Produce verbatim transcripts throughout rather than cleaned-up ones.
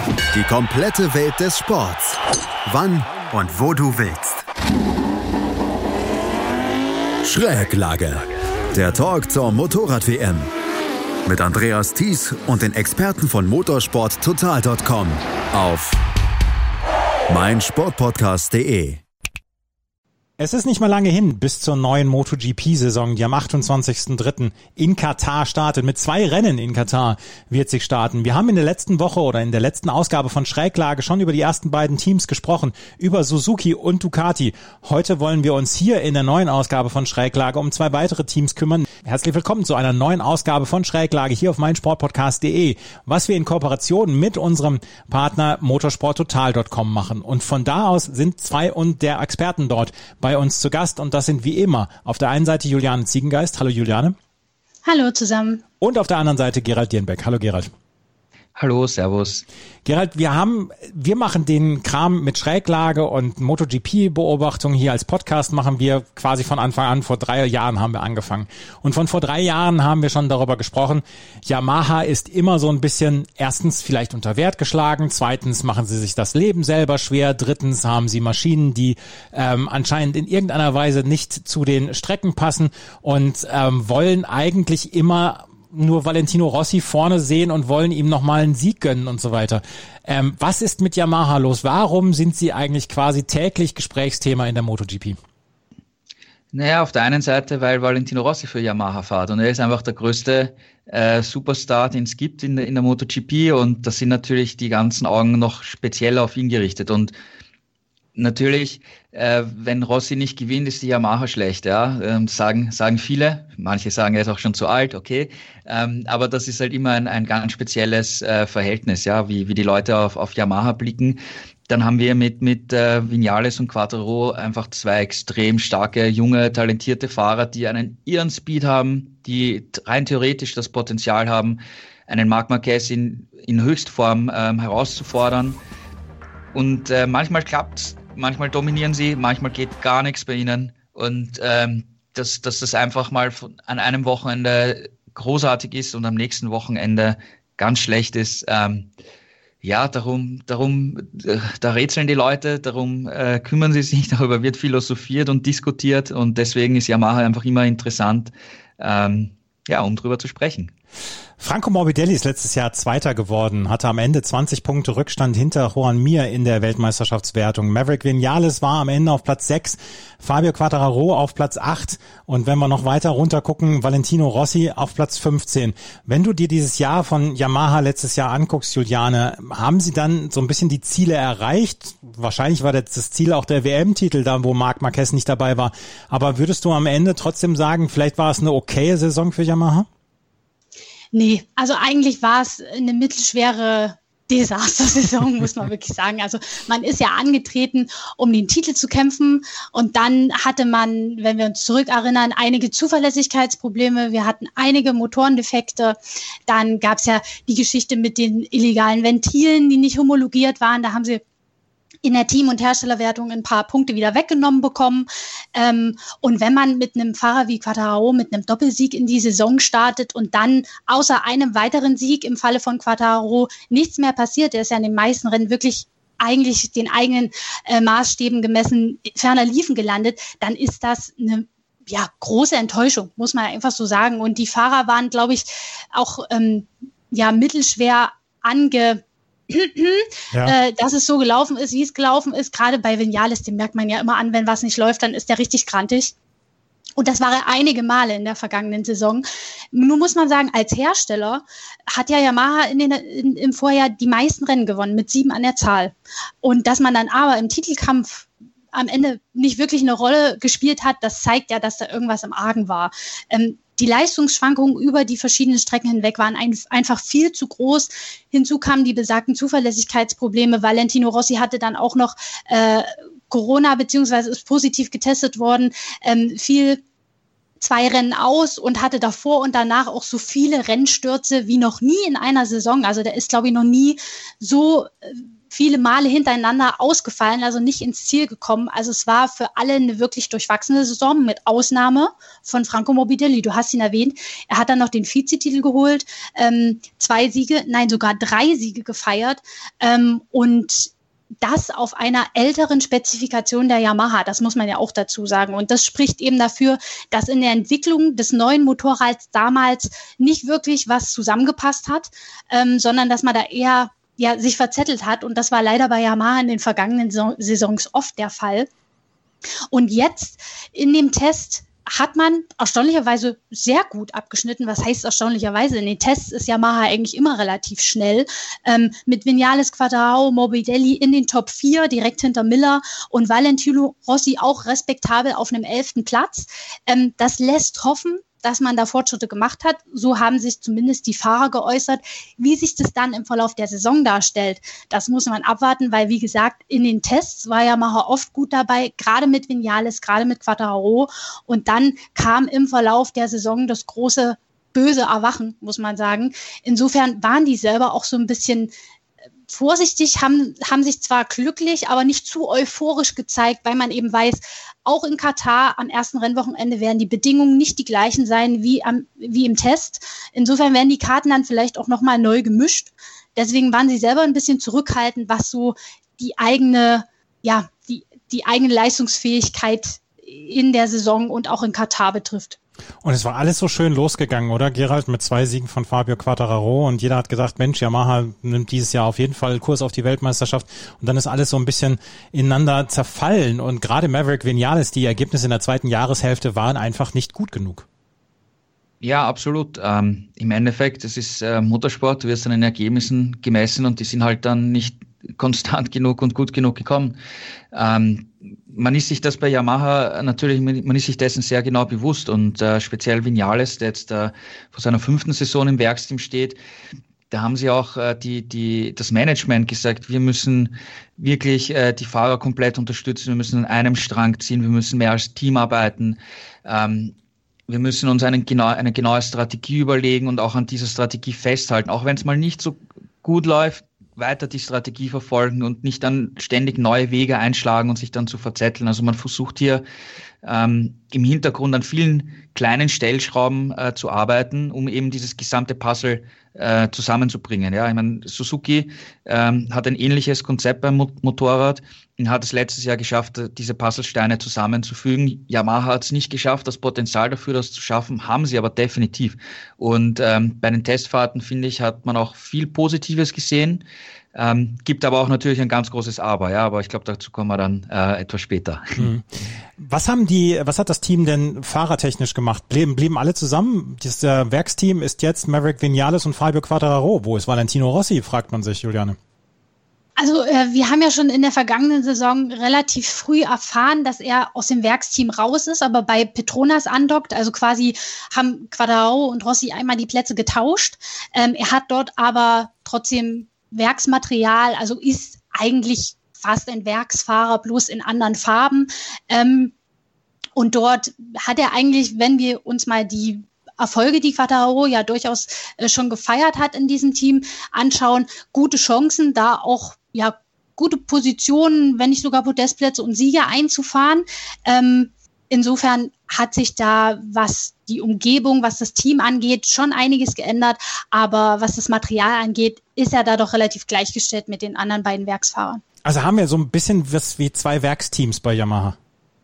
Die komplette Welt des Sports. Wann und wo du willst. Schräglage. Der Talk zur Motorrad-W M. Mit Andreas Thies und den Experten von motorsport total punkt com auf meinsportpodcast punkt de. Es ist nicht mal lange hin bis zur neuen MotoGP-Saison, die am achtundzwanzigsten dritten in Katar startet. Mit zwei Rennen in Katar wird sie starten. Wir haben in der letzten Woche oder in der letzten Ausgabe von Schräglage schon über die ersten beiden Teams gesprochen, über Suzuki und Ducati. Heute wollen wir uns hier in der neuen Ausgabe von Schräglage um zwei weitere Teams kümmern. Herzlich willkommen zu einer neuen Ausgabe von Schräglage hier auf meinsportpodcast punkt de, was wir in Kooperation mit unserem Partner motorsport total punkt com machen. Und von da aus sind zwei und der Experten dort bei uns zu Gast und das sind wie immer auf der einen Seite Juliane Ziegengeist. Hallo Juliane. Hallo zusammen. Und auf der anderen Seite Gerald Dierenbeck. Hallo Gerald. Hallo, servus. Gerald, wir haben, wir machen den Kram mit Schräglage und MotoGP-Beobachtung hier als Podcast machen wir quasi von Anfang an. Vor drei Jahren haben wir angefangen. Und von vor drei Jahren haben wir schon darüber gesprochen. Yamaha ist immer so ein bisschen, erstens vielleicht unter Wert geschlagen, zweitens machen sie sich das Leben selber schwer, drittens haben sie Maschinen, die ähm, anscheinend in irgendeiner Weise nicht zu den Strecken passen und ähm, wollen eigentlich immer nur Valentino Rossi vorne sehen und wollen ihm nochmal einen Sieg gönnen und so weiter. Ähm, was ist mit Yamaha los? Warum sind sie eigentlich quasi täglich Gesprächsthema in der MotoGP? Naja, auf der einen Seite, weil Valentino Rossi für Yamaha fährt und er ist einfach der größte äh, Superstar, den es gibt in, in der MotoGP und da sind natürlich die ganzen Augen noch speziell auf ihn gerichtet und natürlich, äh, wenn Rossi nicht gewinnt, ist die Yamaha schlecht, ja, ähm, sagen sagen viele. Manche sagen, er ist auch schon zu alt, okay, ähm, aber das ist halt immer ein, ein ganz spezielles äh, Verhältnis, ja, wie wie die Leute auf auf Yamaha blicken. Dann haben wir mit mit äh, Viñales und Quartararo einfach zwei extrem starke, junge, talentierte Fahrer, die einen irren Speed haben, die rein theoretisch das Potenzial haben, einen Marc Marquez in in Höchstform ähm, herauszufordern. Und äh, manchmal klappt's. Manchmal dominieren sie, manchmal geht gar nichts bei ihnen und ähm, dass, dass das einfach mal von, an einem Wochenende großartig ist und am nächsten Wochenende ganz schlecht ist. Ähm, ja, darum, darum, äh, da rätseln die Leute, darum äh, kümmern sie sich, darüber wird philosophiert und diskutiert und deswegen ist Yamaha einfach immer interessant, ähm, ja, um drüber zu sprechen. Franco Morbidelli ist letztes Jahr Zweiter geworden, hatte am Ende zwanzig Punkte Rückstand hinter Joan Mir in der Weltmeisterschaftswertung. Maverick Viñales war am Ende auf Platz sechs, Fabio Quartararo auf Platz acht und wenn wir noch weiter runter gucken, Valentino Rossi auf Platz fünfzehn. Wenn du dir dieses Jahr von Yamaha letztes Jahr anguckst, Juliane, haben sie dann so ein bisschen die Ziele erreicht? Wahrscheinlich war das Ziel auch der W M-Titel da, wo Marc Marquez nicht dabei war. Aber würdest du am Ende trotzdem sagen, vielleicht war es eine okaye Saison für Yamaha? Nee, also eigentlich war es eine mittelschwere Desastersaison, muss man wirklich sagen. Also man ist ja angetreten, um den Titel zu kämpfen und dann hatte man, wenn wir uns zurückerinnern, einige Zuverlässigkeitsprobleme, wir hatten einige Motorendefekte, dann gab es ja die Geschichte mit den illegalen Ventilen, die nicht homologiert waren, da haben sie in der Team- und Herstellerwertung ein paar Punkte wieder weggenommen bekommen. Ähm, und wenn man mit einem Fahrer wie Quartararo mit einem Doppelsieg in die Saison startet und dann außer einem weiteren Sieg im Falle von Quartararo nichts mehr passiert, der ist ja in den meisten Rennen wirklich eigentlich den eigenen äh, Maßstäben gemessen ferner liefen gelandet, dann ist das eine ja, große Enttäuschung, muss man einfach so sagen. Und die Fahrer waren, glaube ich, auch ähm, ja mittelschwer ange Ja. Äh, dass es so gelaufen ist, wie es gelaufen ist. Gerade bei Viñales, den merkt man ja immer an, wenn was nicht läuft, dann ist der richtig grantig. Und das war er einige Male in der vergangenen Saison. Nun muss man sagen, als Hersteller hat ja Yamaha in den, in, im Vorjahr die meisten Rennen gewonnen, mit sieben an der Zahl. Und dass man dann aber im Titelkampf am Ende nicht wirklich eine Rolle gespielt hat, das zeigt ja, dass da irgendwas im Argen war. Ähm, Die Leistungsschwankungen über die verschiedenen Strecken hinweg waren ein, einfach viel zu groß. Hinzu kamen die besagten Zuverlässigkeitsprobleme. Valentino Rossi hatte dann auch noch äh, Corona, beziehungsweise ist positiv getestet worden. Ähm, viel zwei Rennen aus und hatte davor und danach auch so viele Rennstürze wie noch nie in einer Saison. Also der ist, glaube ich, noch nie so viele Male hintereinander ausgefallen, also nicht ins Ziel gekommen. Also es war für alle eine wirklich durchwachsene Saison, mit Ausnahme von Franco Morbidelli. Du hast ihn erwähnt. Er hat dann noch den Vizetitel geholt, ähm, zwei Siege, nein, sogar drei Siege gefeiert. Ähm, und das auf einer älteren Spezifikation der Yamaha, das muss man ja auch dazu sagen. Und das spricht eben dafür, dass in der Entwicklung des neuen Motorrads damals nicht wirklich was zusammengepasst hat, ähm, sondern dass man da eher ja, sich verzettelt hat. Und das war leider bei Yamaha in den vergangenen Saisons oft der Fall. Und jetzt in dem Test hat man erstaunlicherweise sehr gut abgeschnitten. Was heißt erstaunlicherweise? In den Tests ist Yamaha eigentlich immer relativ schnell. Ähm, mit Viñales, Quartararo, Morbidelli in den Top vier, direkt hinter Miller und Valentino Rossi auch respektabel auf einem elften Platz. Ähm, das lässt hoffen, dass man da Fortschritte gemacht hat. So haben sich zumindest die Fahrer geäußert. Wie sich das dann im Verlauf der Saison darstellt, das muss man abwarten, weil, wie gesagt, in den Tests war Yamaha oft gut dabei, gerade mit Viñales, gerade mit Quartararo. Und dann kam im Verlauf der Saison das große, böse Erwachen, muss man sagen. Insofern waren die selber auch so ein bisschen vorsichtig, haben, haben sich zwar glücklich, aber nicht zu euphorisch gezeigt, weil man eben weiß, auch in Katar am ersten Rennwochenende werden die Bedingungen nicht die gleichen sein wie, am, wie im Test. Insofern werden die Karten dann vielleicht auch nochmal neu gemischt. Deswegen waren sie selber ein bisschen zurückhaltend, was so die eigene, ja, die, die eigene Leistungsfähigkeit in der Saison und auch in Katar betrifft. Und es war alles so schön losgegangen, oder, Gerald, mit zwei Siegen von Fabio Quartararo und jeder hat gesagt, Mensch, Yamaha nimmt dieses Jahr auf jeden Fall Kurs auf die Weltmeisterschaft und dann ist alles so ein bisschen ineinander zerfallen und gerade Maverick Viñales, die Ergebnisse in der zweiten Jahreshälfte waren einfach nicht gut genug. Ja, absolut. Ähm, im Endeffekt, es ist äh, Motorsport, du wirst an den Ergebnissen gemessen und die sind halt dann nicht konstant genug und gut genug gekommen. Ähm, man ist sich das bei Yamaha natürlich, man ist sich dessen sehr genau bewusst und äh, speziell Viñales, der jetzt äh, vor seiner fünften Saison im Werksteam steht, da haben sie auch äh, die, die, das Management gesagt, wir müssen wirklich äh, die Fahrer komplett unterstützen, wir müssen an einem Strang ziehen, wir müssen mehr als Team arbeiten, ähm, wir müssen uns einen, genau, eine genaue Strategie überlegen und auch an dieser Strategie festhalten, auch wenn es mal nicht so gut läuft, weiter die Strategie verfolgen und nicht dann ständig neue Wege einschlagen und sich dann zu verzetteln. Also man versucht hier ähm, im Hintergrund an vielen kleinen Stellschrauben äh, zu arbeiten, um eben dieses gesamte Puzzle äh, zusammenzubringen. Ja, ich meine, Suzuki ähm, hat ein ähnliches Konzept beim Mo- Motorrad und hat es letztes Jahr geschafft, diese Puzzlesteine zusammenzufügen. Yamaha hat es nicht geschafft, das Potenzial dafür, das zu schaffen, haben sie aber definitiv. Und ähm, bei den Testfahrten, finde ich, hat man auch viel Positives gesehen. Ähm, gibt aber auch natürlich ein ganz großes Aber, ja, aber ich glaube, dazu kommen wir dann äh, etwas später. Hm. Was haben die, was hat das Team denn fahrertechnisch gemacht? Blieben, blieben alle zusammen? Das äh, Werksteam ist jetzt Maverick Viñales und Fabio Quartararo. Wo ist Valentino Rossi, fragt man sich, Juliane. Also äh, wir haben ja schon in der vergangenen Saison relativ früh erfahren, dass er aus dem Werksteam raus ist, aber bei Petronas andockt, also quasi haben Quartararo und Rossi einmal die Plätze getauscht. Ähm, er hat dort aber trotzdem Werksmaterial, also ist eigentlich fast ein Werksfahrer, bloß in anderen Farben. Ähm, und dort hat er eigentlich, wenn wir uns mal die Erfolge, die Quartararo ja durchaus äh, schon gefeiert hat in diesem Team, anschauen, gute Chancen, da auch ja gute Positionen, wenn nicht sogar Podestplätze und Siege einzufahren. Ähm, insofern hat sich da, was die Umgebung, was das Team angeht, schon einiges geändert. Aber was das Material angeht, ist er da doch relativ gleichgestellt mit den anderen beiden Werksfahrern. Also haben wir so ein bisschen was wie zwei Werksteams bei Yamaha.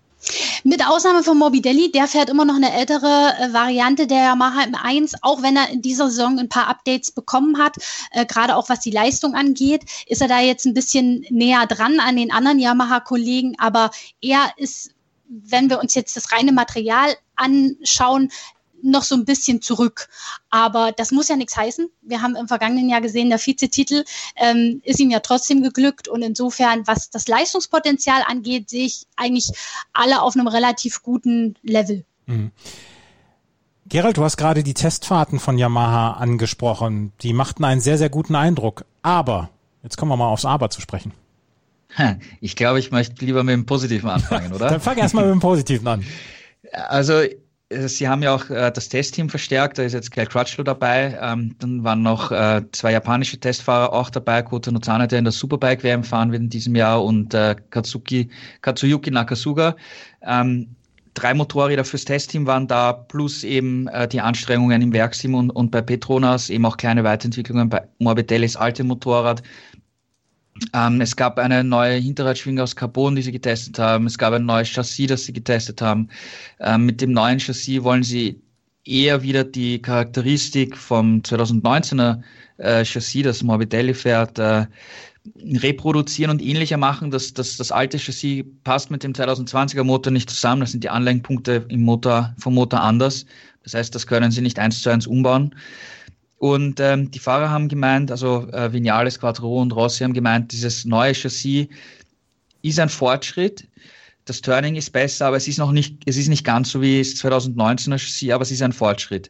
Mit Ausnahme von Morbidelli, der fährt immer noch eine ältere äh, Variante der Yamaha M eins, auch wenn er in dieser Saison ein paar Updates bekommen hat, äh, gerade auch was die Leistung angeht, ist er da jetzt ein bisschen näher dran an den anderen Yamaha-Kollegen, aber er ist, wenn wir uns jetzt das reine Material anschauen, noch so ein bisschen zurück. Aber das muss ja nichts heißen. Wir haben im vergangenen Jahr gesehen, der Vizetitel ähm, ist ihm ja trotzdem geglückt. Und insofern, was das Leistungspotenzial angeht, sehe ich eigentlich alle auf einem relativ guten Level. Mhm. Gerald, du hast gerade die Testfahrten von Yamaha angesprochen. Die machten einen sehr, sehr guten Eindruck. Aber, jetzt kommen wir mal aufs Aber zu sprechen. Ich glaube, ich möchte lieber mit dem Positiven anfangen, oder? Dann fang erst mal mit dem Positiven an. Also Sie haben ja auch äh, das Testteam verstärkt, da ist jetzt Cal Crutchlow dabei, ähm, dann waren noch äh, zwei japanische Testfahrer auch dabei, Kota Nozane, der in der Superbike-W M fahren wird in diesem Jahr, und äh, Katsuki, Katsuyuki Nakasuga. Ähm, drei Motorräder fürs Testteam waren da, plus eben äh, die Anstrengungen im Werksteam und, und bei Petronas, eben auch kleine Weiterentwicklungen bei Morbidellis alte Motorrad. Ähm, es gab eine neue Hinterradschwinge aus Carbon, die sie getestet haben. Es gab ein neues Chassis, das sie getestet haben. Ähm, mit dem neuen Chassis wollen sie eher wieder die Charakteristik vom zwanzig neunzehner äh, Chassis, das Morbidelli fährt, äh, reproduzieren und ähnlicher machen. Das, das, das alte Chassis passt mit dem zwanzig zwanziger Motor nicht zusammen. Das sind die Anleihenpunkte im Motor, vom Motor anders. Das heißt, das können sie nicht eins zu eins umbauen. Und ähm, die Fahrer haben gemeint, also äh, Viñales, Quattro und Rossi haben gemeint, dieses neue Chassis ist ein Fortschritt. Das Turning ist besser, aber es ist noch nicht, es ist nicht ganz so wie das zwanzig neunzehner Chassis, aber es ist ein Fortschritt.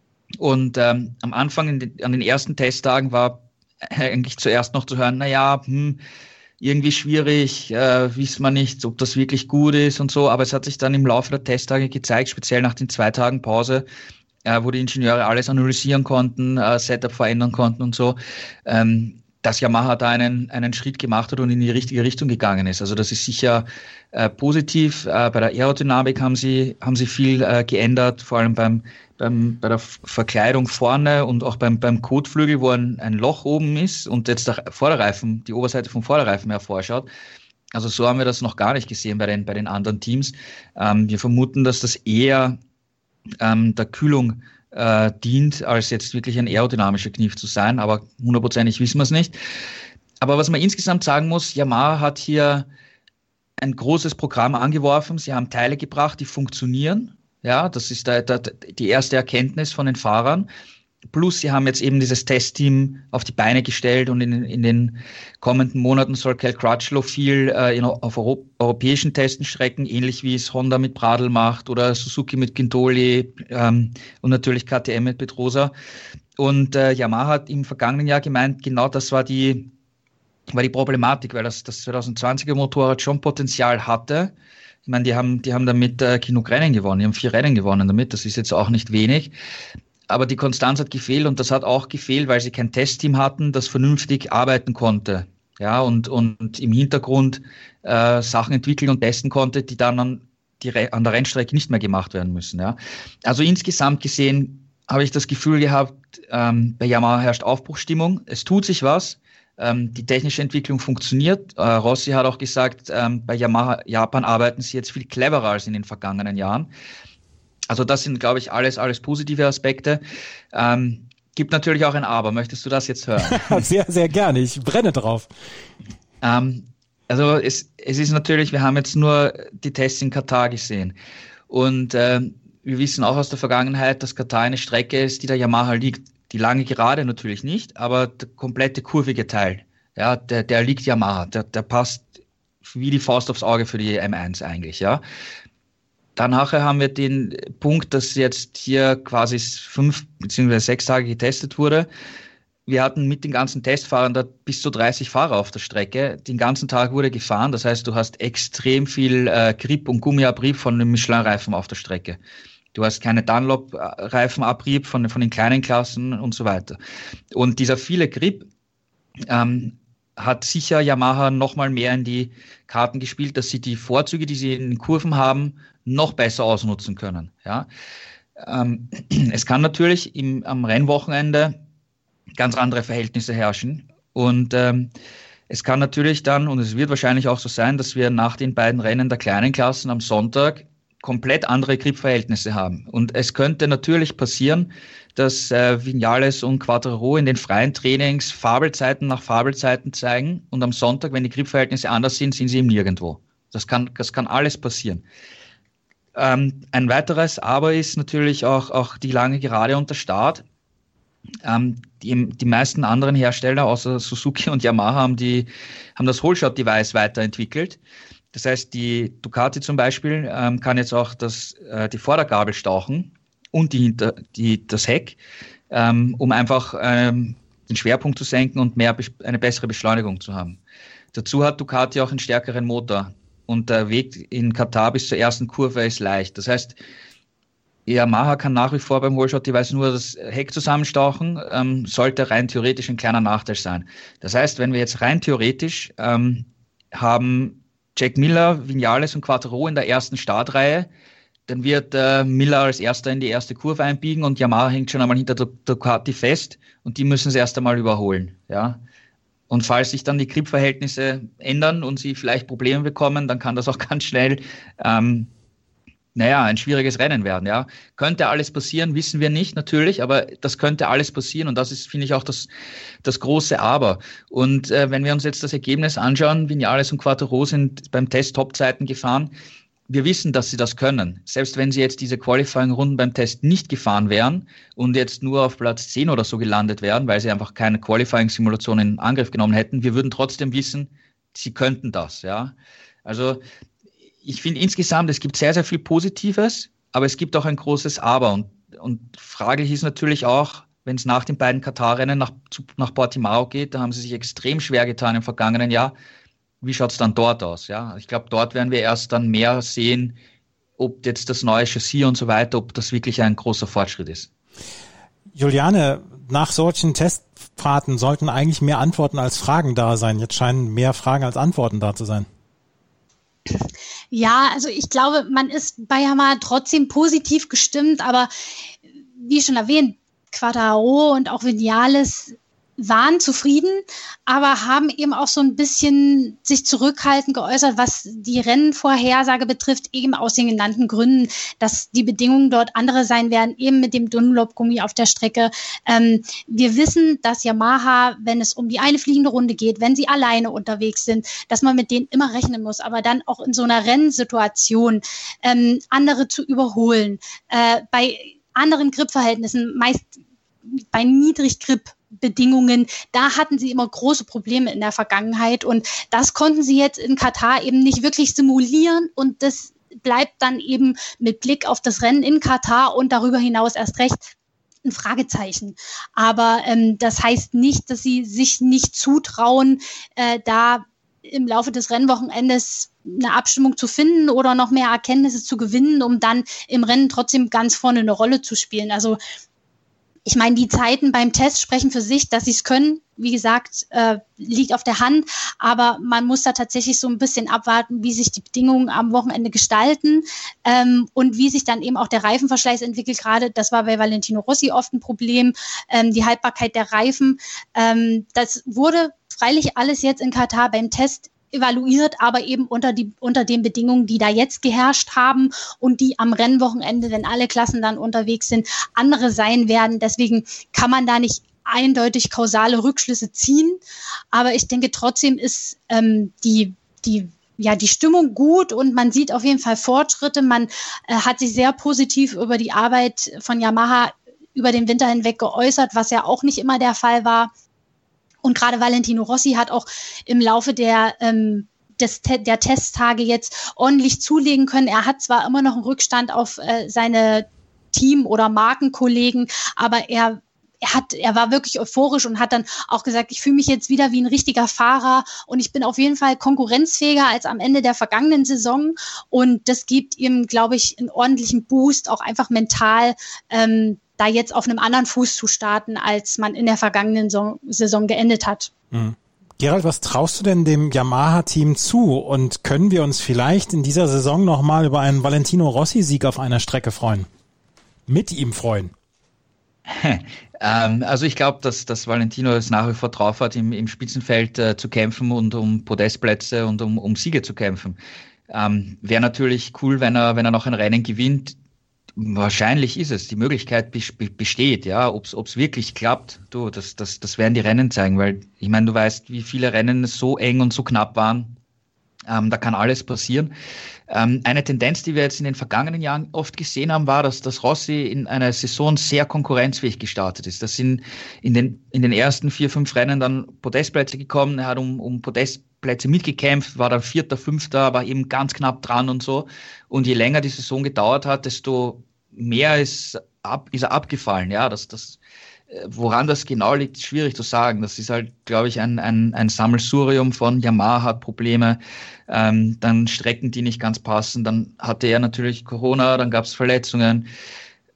Und ähm, am Anfang, in den, an den ersten Testtagen war eigentlich zuerst noch zu hören, naja, hm, irgendwie schwierig, äh, wissen wir nicht, ob das wirklich gut ist und so, aber es hat sich dann im Laufe der Testtage gezeigt, speziell nach den zwei Tagen Pause, äh, wo die Ingenieure alles analysieren konnten, äh, Setup verändern konnten und so, ähm, dass Yamaha da einen, einen Schritt gemacht hat und in die richtige Richtung gegangen ist. Also das ist sicher äh, positiv. Äh, bei der Aerodynamik haben sie, haben sie viel äh, geändert, vor allem beim, beim, bei der Verkleidung vorne und auch beim, beim Kotflügel, wo ein, ein Loch oben ist und jetzt der Vorderreifen, die Oberseite vom Vorderreifen hervorschaut. Also so haben wir das noch gar nicht gesehen bei den, bei den anderen Teams. Ähm, wir vermuten, dass das eher ähm, der Kühlung Äh, dient, als jetzt wirklich ein aerodynamischer Kniff zu sein, aber hundertprozentig wissen wir es nicht. Aber was man insgesamt sagen muss, Yamaha hat hier ein großes Programm angeworfen, sie haben Teile gebracht, die funktionieren, ja, das ist da, da, die erste Erkenntnis von den Fahrern, plus sie haben jetzt eben dieses Testteam auf die Beine gestellt und in, in den kommenden Monaten soll Cal Crutchlow viel äh, in, auf Euro, europäischen Testenstrecken, ähnlich wie es Honda mit Pradl macht oder Suzuki mit Gintoli ähm, und natürlich K T M mit Pedrosa. Und äh, Yamaha hat im vergangenen Jahr gemeint, genau das war die, war die Problematik, weil das, das zwanzig zwanziger Motorrad schon Potenzial hatte. Ich meine, die haben, die haben damit äh, genug Rennen gewonnen, die haben vier Rennen gewonnen damit, das ist jetzt auch nicht wenig. Aber die Konstanz hat gefehlt und das hat auch gefehlt, weil sie kein Testteam hatten, das vernünftig arbeiten konnte, ja, und, und im Hintergrund äh, Sachen entwickeln und testen konnte, die dann an, die, an der Rennstrecke nicht mehr gemacht werden müssen, ja. Also insgesamt gesehen habe ich das Gefühl gehabt, ähm, bei Yamaha herrscht Aufbruchsstimmung, es tut sich was, ähm, die technische Entwicklung funktioniert. Äh, Rossi hat auch gesagt, ähm, bei Yamaha Japan arbeiten sie jetzt viel cleverer als in den vergangenen Jahren. Also das sind, glaube ich, alles, alles positive Aspekte. Ähm, gibt natürlich auch ein Aber. Möchtest du das jetzt hören? Sehr, sehr gerne. Ich brenne drauf. Ähm, also es, es ist natürlich, wir haben jetzt nur die Tests in Katar gesehen. Und äh, wir wissen auch aus der Vergangenheit, dass Katar eine Strecke ist, die der Yamaha liegt. Die lange Gerade natürlich nicht, aber der komplette kurvige Teil, ja, der, der liegt Yamaha. Der, der passt wie die Faust aufs Auge für die M eins eigentlich, ja. Dann nachher haben wir den Punkt, dass jetzt hier quasi fünf beziehungsweise sechs Tage getestet wurde. Wir hatten mit den ganzen Testfahrern da bis zu dreißig Fahrer auf der Strecke. Den ganzen Tag wurde gefahren. Das heißt, du hast extrem viel äh, Grip und Gummiabrieb von den Michelin-Reifen auf der Strecke. Du hast keine Dunlop-Reifenabrieb von, von den kleinen Klassen und so weiter. Und dieser viele Grip ähm, hat sicher Yamaha nochmal mehr in die Karten gespielt, dass sie die Vorzüge, die sie in den Kurven haben, noch besser ausnutzen können. Ja. Ähm, es kann natürlich im, am Rennwochenende ganz andere Verhältnisse herrschen und ähm, es kann natürlich dann, und es wird wahrscheinlich auch so sein, dass wir nach den beiden Rennen der kleinen Klassen am Sonntag komplett andere Grip-Verhältnisse haben. Und es könnte natürlich passieren, dass äh, Viñales und Quattro in den freien Trainings Fabelzeiten nach Fabelzeiten zeigen und am Sonntag, wenn die Grip-Verhältnisse anders sind, sind sie eben nirgendwo. Das kann, das kann alles passieren. Ähm, ein weiteres Aber ist natürlich auch, auch die lange Gerade und der Start. Ähm, die, die meisten anderen Hersteller, außer Suzuki und Yamaha, haben, die, haben das Whole-Shot-Device weiterentwickelt. Das heißt, die Ducati zum Beispiel ähm, kann jetzt auch das, äh, die Vordergabel stauchen und die, hinter, die, das Heck, ähm, um einfach ähm, den Schwerpunkt zu senken und mehr, eine bessere Beschleunigung zu haben. Dazu hat Ducati auch einen stärkeren Motor. Und der Weg in Katar bis zur ersten Kurve ist leicht. Das heißt, Yamaha kann nach wie vor beim Holeshot jeweils nur das Heck zusammenstauchen, ähm, sollte rein theoretisch ein kleiner Nachteil sein. Das heißt, wenn wir jetzt rein theoretisch ähm, haben Jack Miller, Viñales und Quartararo in der ersten Startreihe, dann wird äh, Miller als Erster in die erste Kurve einbiegen und Yamaha hängt schon einmal hinter der Ducati fest und die müssen es erst einmal überholen. Ja? Und falls sich dann die Grip-Verhältnisse ändern und sie vielleicht Probleme bekommen, dann kann das auch ganz schnell ähm, naja, ein schwieriges Rennen werden, ja. Könnte alles passieren, wissen wir nicht, natürlich, aber das könnte alles passieren und das ist, finde ich, auch das, das große Aber. Und äh, wenn wir uns jetzt das Ergebnis anschauen, Viñales und Quartararo sind beim Test Topzeiten gefahren. Wir wissen, dass sie das können. Selbst wenn sie jetzt diese Qualifying-Runden beim Test nicht gefahren wären und jetzt nur auf Platz zehn oder so gelandet wären, weil sie einfach keine Qualifying-Simulation in Angriff genommen hätten, wir würden trotzdem wissen, sie könnten das, ja. Also, ich finde insgesamt, es gibt sehr, sehr viel Positives, aber es gibt auch ein großes Aber. Und, und fraglich ist natürlich auch, wenn es nach den beiden Katar-Rennen nach, nach Portimao geht, da haben sie sich extrem schwer getan im vergangenen Jahr. Wie schaut es dann dort aus? Ja? Ich glaube, dort werden wir erst dann mehr sehen, ob jetzt das neue Chassis und so weiter, ob das wirklich ein großer Fortschritt ist. Juliane, nach solchen Testfahrten sollten eigentlich mehr Antworten als Fragen da sein. Jetzt scheinen mehr Fragen als Antworten da zu sein. Ja, also ich glaube, man ist bei Yamaha trotzdem positiv gestimmt, aber wie schon erwähnt, Quartararo und auch Viñales waren zufrieden, aber haben eben auch so ein bisschen sich zurückhaltend geäußert, was die Rennvorhersage betrifft, eben aus den genannten Gründen, dass die Bedingungen dort andere sein werden, eben mit dem Dunlop-Gummi auf der Strecke. Ähm, wir wissen, dass Yamaha, wenn es um die eine fliegende Runde geht, wenn sie alleine unterwegs sind, dass man mit denen immer rechnen muss, aber dann auch in so einer Rennsituation ähm, andere zu überholen, äh, bei anderen Grip-Verhältnissen, meist bei Niedrig-Grip-Bedingungen, da hatten sie immer große Probleme in der Vergangenheit und das konnten sie jetzt in Katar eben nicht wirklich simulieren und das bleibt dann eben mit Blick auf das Rennen in Katar und darüber hinaus erst recht ein Fragezeichen. Aber ähm, das heißt nicht, dass sie sich nicht zutrauen, äh, da im Laufe des Rennwochenendes eine Abstimmung zu finden oder noch mehr Erkenntnisse zu gewinnen, um dann im Rennen trotzdem ganz vorne eine Rolle zu spielen. Also ich meine, die Zeiten beim Test sprechen für sich, dass sie es können. Wie gesagt, äh, liegt auf der Hand. Aber man muss da tatsächlich so ein bisschen abwarten, wie sich die Bedingungen am Wochenende gestalten ähm, und wie sich dann eben auch der Reifenverschleiß entwickelt. Gerade das war bei Valentino Rossi oft ein Problem, ähm, die Haltbarkeit der Reifen. Ähm, das wurde freilich alles jetzt in Katar beim Test evaluiert, aber eben unter die unter den Bedingungen, die da jetzt geherrscht haben und die am Rennwochenende, wenn alle Klassen dann unterwegs sind, andere sein werden. Deswegen kann man da nicht eindeutig kausale Rückschlüsse ziehen. Aber ich denke, trotzdem ist ähm, die die ja die Stimmung gut und man sieht auf jeden Fall Fortschritte. Man äh, hat sich sehr positiv über die Arbeit von Yamaha über den Winter hinweg geäußert, was ja auch nicht immer der Fall war. Und gerade Valentino Rossi hat auch im Laufe der, ähm, des, der Testtage jetzt ordentlich zulegen können. Er hat zwar immer noch einen Rückstand auf äh, seine Team- oder Markenkollegen, aber er, er, hat, er war wirklich euphorisch und hat dann auch gesagt, ich fühle mich jetzt wieder wie ein richtiger Fahrer und ich bin auf jeden Fall konkurrenzfähiger als am Ende der vergangenen Saison. Und das gibt ihm, glaube ich, einen ordentlichen Boost, auch einfach mental, ähm, da jetzt auf einem anderen Fuß zu starten, als man in der vergangenen Saison, Saison geendet hat. Mhm. Gerald, was traust du denn dem Yamaha-Team zu? Und können wir uns vielleicht in dieser Saison nochmal über einen Valentino Rossi-Sieg auf einer Strecke freuen? Mit ihm freuen? ähm, also ich glaube, dass, dass Valentino es nach wie vor drauf hat, im, im Spitzenfeld äh, zu kämpfen und um Podestplätze und um, um Siege zu kämpfen. Ähm, wäre natürlich cool, wenn er, wenn er noch ein Rennen gewinnt. Wahrscheinlich ist es, die Möglichkeit besteht, ja, ob es wirklich klappt, du, das, das, das werden die Rennen zeigen, weil ich meine, du weißt, wie viele Rennen so eng und so knapp waren, ähm, da kann alles passieren. Ähm, eine Tendenz, die wir jetzt in den vergangenen Jahren oft gesehen haben, war, dass, dass Rossi in einer Saison sehr konkurrenzfähig gestartet ist. Das sind in den, in den ersten vier, fünf Rennen dann Podestplätze gekommen, er hat um, um Podestplätze mitgekämpft, war dann Vierter, Fünfter, war eben ganz knapp dran und so. Und je länger die Saison gedauert hat, desto mehr ist, ab, ist er abgefallen. Ja, das, das, woran das genau liegt, ist schwierig zu sagen. Das ist halt, glaube ich, ein, ein, ein Sammelsurium von Yamaha hat Probleme, ähm, dann Strecken, die nicht ganz passen. Dann hatte er natürlich Corona, dann gab es Verletzungen.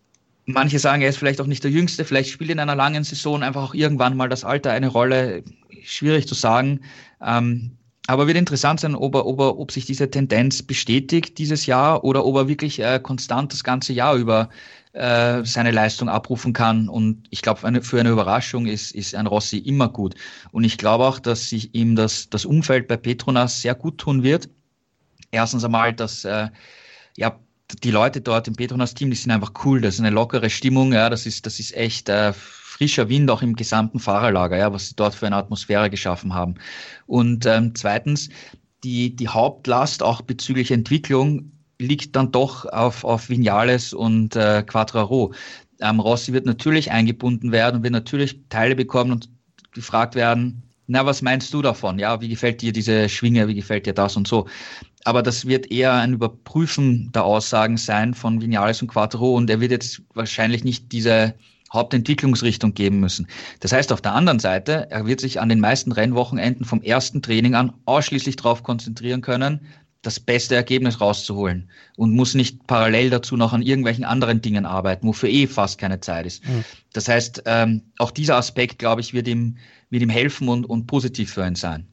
Manche sagen, er ist vielleicht auch nicht der Jüngste, vielleicht spielt in einer langen Saison einfach auch irgendwann mal das Alter eine Rolle. Schwierig zu sagen. Ähm, aber wird interessant sein, ob, er, ob, er, ob sich diese Tendenz bestätigt dieses Jahr oder ob er wirklich äh, konstant das ganze Jahr über äh, seine Leistung abrufen kann. Und ich glaube, für eine, für eine Überraschung ist, ist ein Rossi immer gut. Und ich glaube auch, dass sich ihm das, das Umfeld bei Petronas sehr gut tun wird. Erstens einmal, dass äh, ja, die Leute dort im Petronas-Team, die sind einfach cool. Das ist eine lockere Stimmung. Ja, das ist, das ist echt äh, frischer Wind auch im gesamten Fahrerlager, ja, was sie dort für eine Atmosphäre geschaffen haben. Und ähm, zweitens, die, die Hauptlast auch bezüglich Entwicklung liegt dann doch auf, auf Viñales und äh, Quartararo. Ähm, Rossi wird natürlich eingebunden werden und wird natürlich Teile bekommen und gefragt werden, na, was meinst du davon? Ja, wie gefällt dir diese Schwinge, wie gefällt dir das und so? Aber das wird eher ein Überprüfen der Aussagen sein von Viñales und Quartararo und er wird jetzt wahrscheinlich nicht diese Hauptentwicklungsrichtung geben müssen. Das heißt auf der anderen Seite, er wird sich an den meisten Rennwochenenden vom ersten Training an ausschließlich darauf konzentrieren können, das beste Ergebnis rauszuholen und muss nicht parallel dazu noch an irgendwelchen anderen Dingen arbeiten, wofür eh fast keine Zeit ist. Mhm. Das heißt, ähm, auch dieser Aspekt, glaube ich, wird ihm, wird ihm helfen und, und positiv für ihn sein.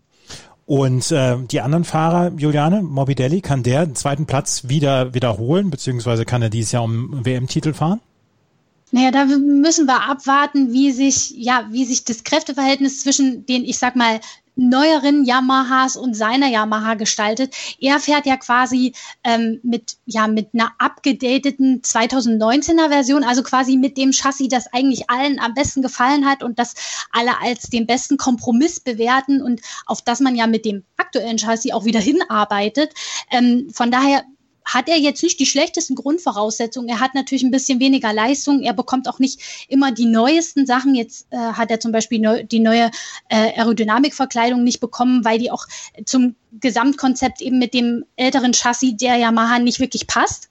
Und äh, die anderen Fahrer, Juliane, Morbidelli, kann der den zweiten Platz wieder wiederholen, beziehungsweise kann er dieses Jahr um W M-Titel fahren? Naja, da müssen wir abwarten, wie sich, ja, wie sich das Kräfteverhältnis zwischen den, ich sag mal, neueren Yamahas und seiner Yamaha gestaltet. Er fährt ja quasi ähm, mit, ja, mit einer abgedateten zweitausendneunzehner Version, also quasi mit dem Chassis, das eigentlich allen am besten gefallen hat und das alle als den besten Kompromiss bewerten und auf das man ja mit dem aktuellen Chassis auch wieder hinarbeitet. Ähm, von daher hat er jetzt nicht die schlechtesten Grundvoraussetzungen. Er hat natürlich ein bisschen weniger Leistung. Er bekommt auch nicht immer die neuesten Sachen. Jetzt äh, hat er zum Beispiel neu, die neue äh, Aerodynamikverkleidung nicht bekommen, weil die auch zum Gesamtkonzept eben mit dem älteren Chassis der Yamaha nicht wirklich passt.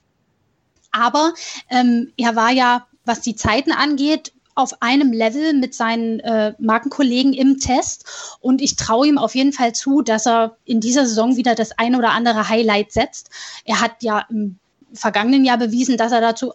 Aber ähm, er war ja, was die Zeiten angeht, auf einem Level mit seinen äh, Markenkollegen im Test und ich traue ihm auf jeden Fall zu, dass er in dieser Saison wieder das ein oder andere Highlight setzt. Er hat ja im vergangenen Jahr bewiesen, dass er dazu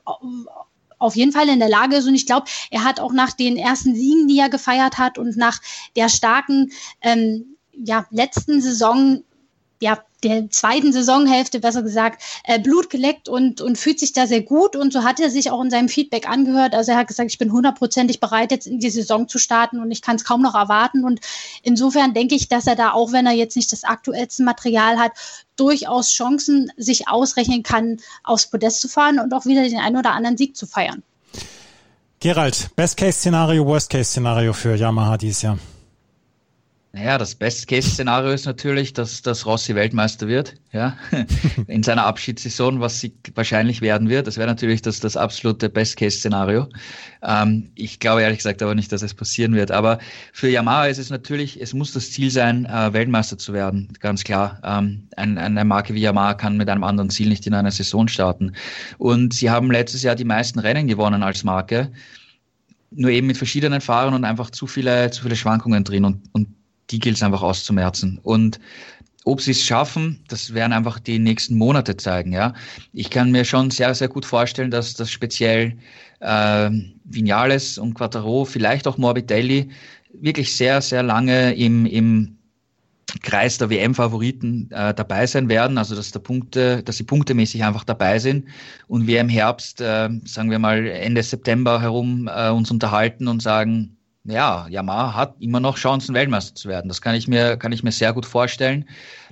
auf jeden Fall in der Lage ist und ich glaube, er hat auch nach den ersten Siegen, die er gefeiert hat und nach der starken ähm, ja, letzten Saison, ja, der zweiten Saisonhälfte, besser gesagt, äh, Blut geleckt und, und fühlt sich da sehr gut. Und so hat er sich auch in seinem Feedback angehört. Also er hat gesagt, ich bin hundertprozentig bereit, jetzt in die Saison zu starten und ich kann es kaum noch erwarten. Und insofern denke ich, dass er da, auch wenn er jetzt nicht das aktuellste Material hat, durchaus Chancen sich ausrechnen kann, aufs Podest zu fahren und auch wieder den einen oder anderen Sieg zu feiern. Gerald, Best-Case-Szenario, Worst-Case-Szenario für Yamaha dieses Jahr? Naja, das Best-Case-Szenario ist natürlich, dass, dass Rossi Weltmeister wird, ja, in seiner Abschiedssaison, was sie wahrscheinlich werden wird. Das wäre natürlich das, das absolute Best-Case-Szenario. Ähm, ich glaube ehrlich gesagt aber nicht, dass es passieren wird. Aber für Yamaha ist es natürlich, es muss das Ziel sein, äh, Weltmeister zu werden, ganz klar. Ähm, ein, eine Marke wie Yamaha kann mit einem anderen Ziel nicht in einer Saison starten. Und sie haben letztes Jahr die meisten Rennen gewonnen als Marke, nur eben mit verschiedenen Fahrern und einfach zu viele, zu viele Schwankungen drin und, und die gilt es einfach auszumerzen. Und ob sie es schaffen, das werden einfach die nächsten Monate zeigen. Ja, ich kann mir schon sehr, sehr gut vorstellen, dass das speziell äh, Viñales und Quartararo, vielleicht auch Morbidelli, wirklich sehr, sehr lange im, im Kreis der W M-Favoriten äh, dabei sein werden. Also dass, der Punkte, dass sie punktemäßig einfach dabei sind und wir im Herbst, äh, sagen wir mal Ende September herum, äh, uns unterhalten und sagen, ja, Yamaha hat immer noch Chancen, Weltmeister zu werden. Das kann ich mir, kann ich mir sehr gut vorstellen.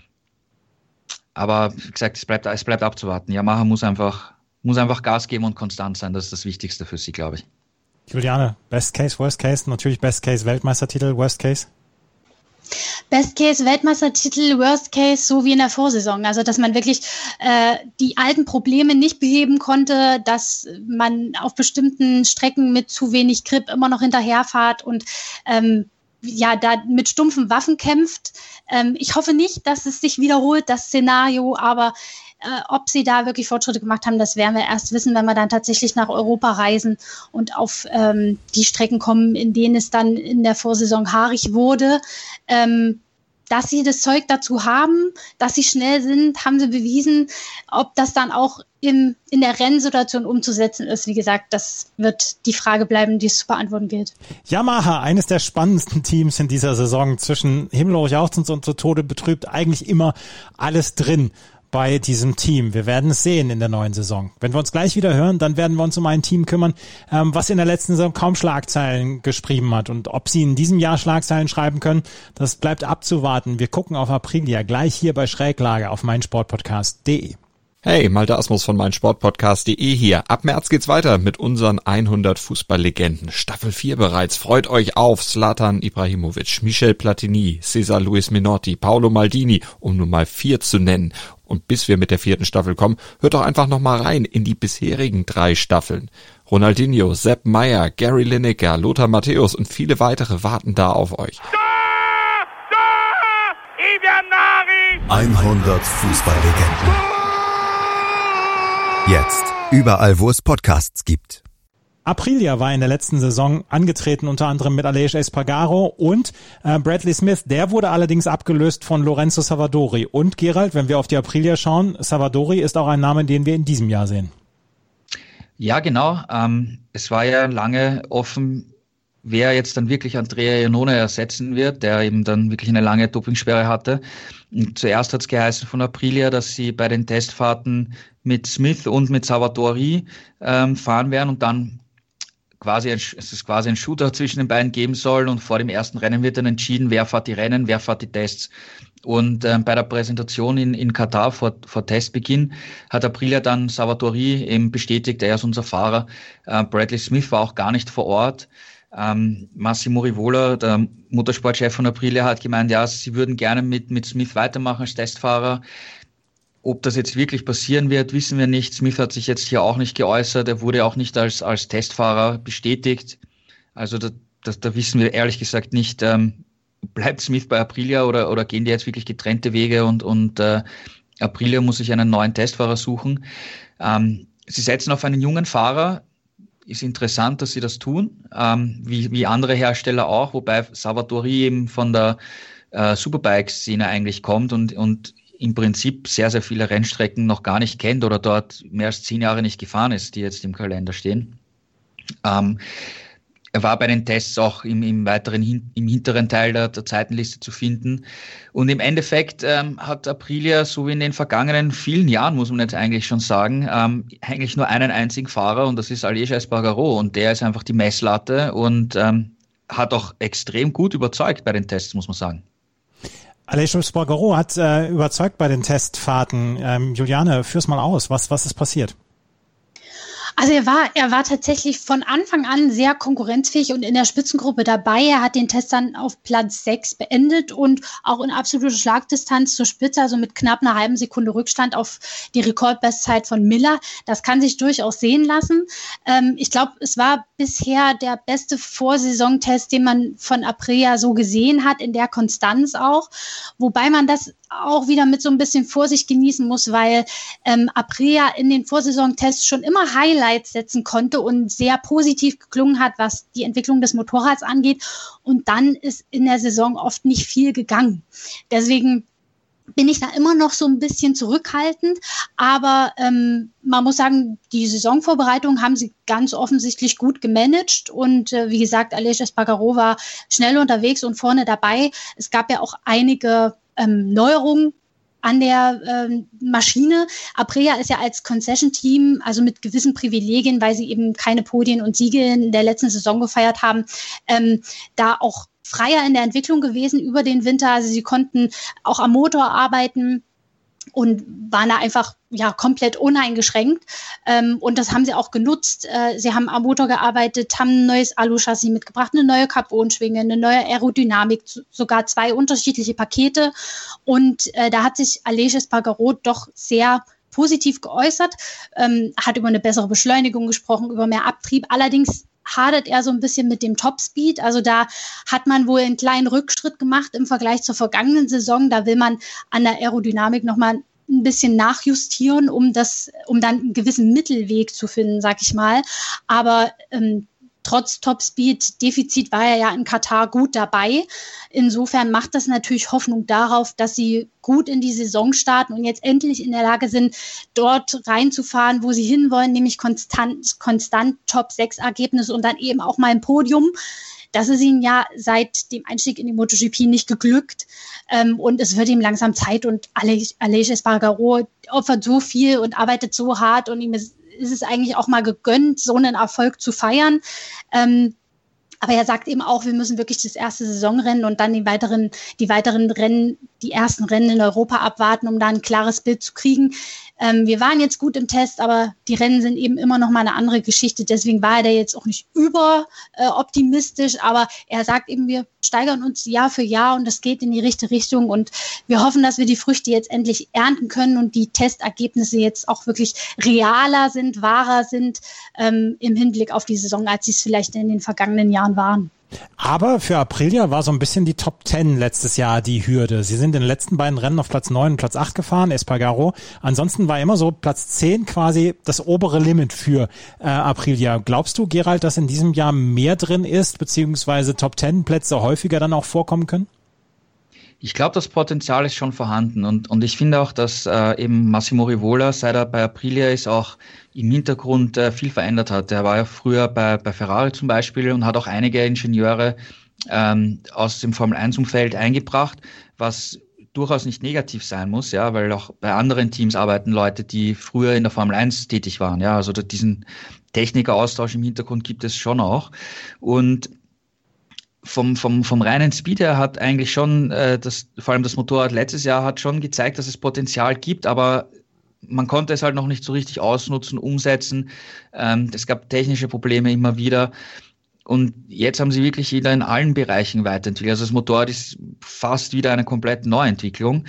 Aber wie gesagt, es bleibt, es bleibt abzuwarten. Yamaha muss einfach, muss einfach Gas geben und konstant sein. Das ist das Wichtigste für sie, glaube ich. Juliane, Best Case, Worst Case? Natürlich Best Case Weltmeistertitel, Worst Case? Best Case Weltmeistertitel, Worst Case, so wie in der Vorsaison. Also, dass man wirklich äh, die alten Probleme nicht beheben konnte, dass man auf bestimmten Strecken mit zu wenig Grip immer noch hinterherfahrt und ähm, ja, da mit stumpfen Waffen kämpft. Ähm, ich hoffe nicht, dass es sich wiederholt, das Szenario, aber äh, ob sie da wirklich Fortschritte gemacht haben, das werden wir erst wissen, wenn wir dann tatsächlich nach Europa reisen und auf ähm, die Strecken kommen, in denen es dann in der Vorsaison haarig wurde. Ähm, dass sie das Zeug dazu haben, dass sie schnell sind, haben sie bewiesen. Ob das dann auch im, in der Rennsituation umzusetzen ist, wie gesagt, das wird die Frage bleiben, die es zu beantworten gilt. Yamaha, eines der spannendsten Teams in dieser Saison, zwischen himmelhoch jauchzend und zu Tode betrübt, eigentlich immer alles drin bei diesem Team. Wir werden es sehen in der neuen Saison. Wenn wir uns gleich wieder hören, dann werden wir uns um ein Team kümmern, ähm, was in der letzten Saison kaum Schlagzeilen geschrieben hat. Und ob sie in diesem Jahr Schlagzeilen schreiben können, das bleibt abzuwarten. Wir gucken auf Aprilia gleich hier bei Schräglage auf meinsportpodcast punkt de. Hey, Malte Asmus von meinsportpodcast punkt de hier. Ab März geht's weiter mit unseren hundert Fußballlegenden. Staffel vier bereits. Freut euch auf Zlatan Ibrahimovic, Michel Platini, Cesar Luis Minotti, Paolo Maldini, um nur mal vier zu nennen. Und bis wir mit der vierten Staffel kommen, hört doch einfach noch mal rein in die bisherigen drei Staffeln. Ronaldinho, Sepp Maier, Gary Lineker, Lothar Matthäus und viele weitere warten da auf euch. hundert Fußballlegenden. Jetzt überall, wo es Podcasts gibt. Aprilia war in der letzten Saison angetreten, unter anderem mit Aleix Espargaro und äh, Bradley Smith. Der wurde allerdings abgelöst von Lorenzo Savadori. Und Gerald, wenn wir auf die Aprilia schauen, Savadori ist auch ein Name, den wir in diesem Jahr sehen. Ja, genau. Ähm, es war ja lange offen, wer jetzt dann wirklich Andrea Iannone ersetzen wird, der eben dann wirklich eine lange Dopingsperre hatte. Und zuerst hat es geheißen von Aprilia, dass sie bei den Testfahrten mit Smith und mit Savadori ähm, fahren werden und dann quasi ein, es ist quasi ein Shooter zwischen den beiden geben soll und vor dem ersten Rennen wird dann entschieden, wer fährt die Rennen, wer fährt die Tests. Und ähm, bei der Präsentation in, in Katar vor, vor Testbeginn hat Aprilia dann Savadori eben bestätigt, er ist unser Fahrer. Äh, Bradley Smith war auch gar nicht vor Ort. Ähm, Massimo Rivola, der Motorsportchef von Aprilia, hat gemeint, ja, sie würden gerne mit, mit Smith weitermachen als Testfahrer. Ob das jetzt wirklich passieren wird, wissen wir nicht. Smith hat sich jetzt hier auch nicht geäußert. Er wurde auch nicht als, als Testfahrer bestätigt. Also da, da, da wissen wir ehrlich gesagt nicht, ähm, bleibt Smith bei Aprilia oder, oder gehen die jetzt wirklich getrennte Wege und, und äh, Aprilia muss sich einen neuen Testfahrer suchen. Ähm, sie setzen auf einen jungen Fahrer. Ist interessant, dass sie das tun, ähm, wie, wie andere Hersteller auch, wobei Savadori eben von der äh, Superbike-Szene eigentlich kommt und, und im Prinzip sehr, sehr viele Rennstrecken noch gar nicht kennt oder dort mehr als zehn Jahre nicht gefahren ist, die jetzt im Kalender stehen. Ähm, er war bei den Tests auch im, im weiteren, im hinteren Teil der, der Zeitenliste zu finden. Und im Endeffekt ähm, hat Aprilia, so wie in den vergangenen vielen Jahren, muss man jetzt eigentlich schon sagen, ähm, eigentlich nur einen einzigen Fahrer und das ist Aleix Espargaro und der ist einfach die Messlatte und ähm, hat auch extrem gut überzeugt bei den Tests, muss man sagen. Aleix Espargaro hat äh, überzeugt bei den Testfahrten. Ähm, Juliane, führ's mal aus. Was, was ist passiert? Also er war, er war tatsächlich von Anfang an sehr konkurrenzfähig und in der Spitzengruppe dabei. Er hat den Test dann auf Platz sechs beendet und auch in absoluter Schlagdistanz zur Spitze, also mit knapp einer halben Sekunde Rückstand auf die Rekordbestzeit von Miller. Das kann sich durchaus sehen lassen. Ähm, ich glaube, es war bisher der beste Vorsaisontest, den man von Aprilia so gesehen hat, in der Konstanz auch. Wobei man das auch wieder mit so ein bisschen Vorsicht genießen muss, weil ähm, Aprilia in den Vorsaisontests schon immer Highlights setzen konnte und sehr positiv geklungen hat, was die Entwicklung des Motorrads angeht. Und dann ist in der Saison oft nicht viel gegangen. Deswegen bin ich da immer noch so ein bisschen zurückhaltend. Aber ähm, man muss sagen, die Saisonvorbereitung haben sie ganz offensichtlich gut gemanagt. Und äh, wie gesagt, Aleix Espargaro war schnell unterwegs und vorne dabei. Es gab ja auch einige ähm, Neuerungen an der ähm, Maschine. Aprilia ist ja als Concession-Team, also mit gewissen Privilegien, weil sie eben keine Podien und Siege in der letzten Saison gefeiert haben, ähm, da auch freier in der Entwicklung gewesen über den Winter. Also sie konnten auch am Motor arbeiten und waren da einfach ja komplett uneingeschränkt. Ähm, und das haben sie auch genutzt. Äh, sie haben am Motor gearbeitet, haben ein neues Alu-Chassis mitgebracht, eine neue Carbonschwinge, eine neue Aerodynamik, sogar zwei unterschiedliche Pakete. Und äh, da hat sich Aleix Espargaro doch sehr positiv geäußert, ähm, hat über eine bessere Beschleunigung gesprochen, über mehr Abtrieb. Allerdings hadert er so ein bisschen mit dem Topspeed. Also da hat man wohl einen kleinen Rückschritt gemacht im Vergleich zur vergangenen Saison. Da will man an der Aerodynamik nochmal ein bisschen nachjustieren, um das, um dann einen gewissen Mittelweg zu finden, sag ich mal. Aber ähm, trotz Topspeed-Defizit war er ja in Katar gut dabei. Insofern macht das natürlich Hoffnung darauf, dass sie gut in die Saison starten und jetzt endlich in der Lage sind, dort reinzufahren, wo sie hinwollen, nämlich konstant, konstant Top sechs Ergebnisse und dann eben auch mal ein Podium. Das ist ihnen ja seit dem Einstieg in die MotoGP nicht geglückt. Ähm, und es wird ihm langsam Zeit und Aleix Espargaro opfert so viel und arbeitet so hart und ihm ist, ist es eigentlich auch mal gegönnt, so einen Erfolg zu feiern. Ähm, aber er sagt eben auch, wir müssen wirklich das erste Saisonrennen und dann die weiteren, die weiteren Rennen, die ersten Rennen in Europa abwarten, um da ein klares Bild zu kriegen. Ähm, wir waren jetzt gut im Test, aber die Rennen sind eben immer noch mal eine andere Geschichte. Deswegen war er da jetzt auch nicht über äh, optimistisch, aber er sagt eben, wir steigern uns Jahr für Jahr und das geht in die richtige Richtung und wir hoffen, dass wir die Früchte jetzt endlich ernten können und die Testergebnisse jetzt auch wirklich realer sind, wahrer sind ähm, im Hinblick auf die Saison, als sie es vielleicht in den vergangenen Jahren waren. Aber für Aprilia war so ein bisschen die Top zehn letztes Jahr die Hürde. Sie sind in den letzten beiden Rennen auf Platz neun und Platz acht gefahren, Espargaro. Ansonsten war immer so Platz zehn quasi das obere Limit für äh, Aprilia. Glaubst du, Gerald, dass in diesem Jahr mehr drin ist, beziehungsweise Top zehn Plätze häufiger dann auch vorkommen können? Ich glaube, das Potenzial ist schon vorhanden und, und ich finde auch, dass äh, eben Massimo Rivola, seit er bei Aprilia ist, auch im Hintergrund äh, viel verändert hat. Er war ja früher bei, bei Ferrari zum Beispiel und hat auch einige Ingenieure ähm, aus dem Formel eins Umfeld eingebracht, was durchaus nicht negativ sein muss, ja, weil auch bei anderen Teams arbeiten Leute, die früher in der Formel eins tätig waren. Ja, also diesen Technikeraustausch im Hintergrund gibt es schon auch. Und Vom, vom, vom reinen Speed her hat eigentlich schon, äh, das, vor allem das Motorrad letztes Jahr hat schon gezeigt, dass es Potenzial gibt, aber man konnte es halt noch nicht so richtig ausnutzen, umsetzen. Ähm, es gab technische Probleme immer wieder. Und jetzt haben sie wirklich wieder in allen Bereichen weiterentwickelt. Also das Motorrad ist fast wieder eine komplett Neuentwicklung.